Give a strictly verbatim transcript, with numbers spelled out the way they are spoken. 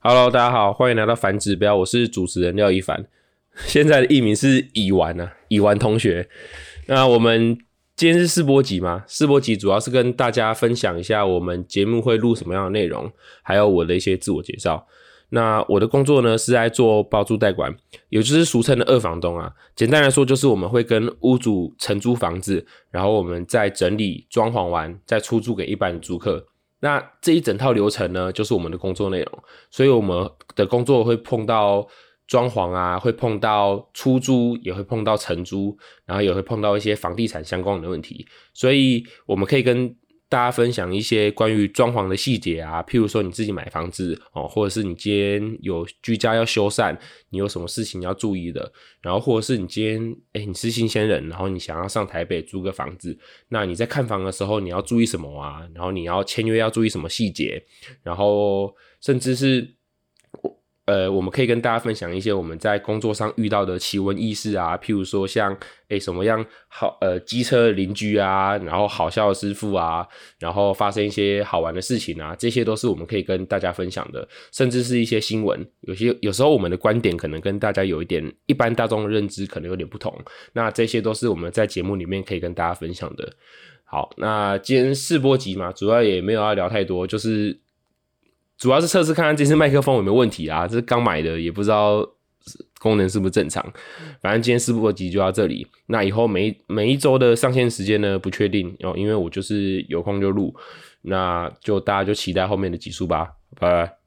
Hello，大家好，欢迎来到反指标，我是主持人廖一凡，现在的艺名是乙丸啊，乙丸同学。那我们今天是试播集嘛，试播集主要是跟大家分享一下我们节目会录什么样的内容，还有我的一些自我介绍。那我的工作呢是在做包租代管，也就是俗称的二房东啊。简单来说，就是我们会跟屋主承租房子，然后我们再整理装潢完，再出租给一般的租客。那这一整套流程呢，就是我们的工作内容，所以我们的工作会碰到装潢啊，会碰到出租，也会碰到承租，然后也会碰到一些房地产相关的问题，所以我们可以跟大家分享一些关于装潢的细节啊，譬如说你自己买房子哦，或者是你今天有居家要修缮，你有什么事情要注意的，然后或者是你今天诶你是新鲜人，然后你想要上台北租个房子，那你在看房的时候你要注意什么啊，然后你要签约要注意什么细节，然后甚至是呃，我们可以跟大家分享一些我们在工作上遇到的奇闻异事啊，譬如说像诶什么样好呃机车的邻居啊，然后好笑的师傅啊，然后发生一些好玩的事情啊，这些都是我们可以跟大家分享的，甚至是一些新闻，有些有时候我们的观点可能跟大家有一点一般大众的认知可能有点不同，那这些都是我们在节目里面可以跟大家分享的。好，那今天试播集嘛，主要也没有要聊太多，就是主要是测试看看这次麦克风有没有问题啊，这是刚买的，也不知道功能是不是正常。反正今天试播集就到这里，那以后每每一周的上线时间呢不确定哦，因为我就是有空就录，那就大家就期待后面的集数吧，拜拜。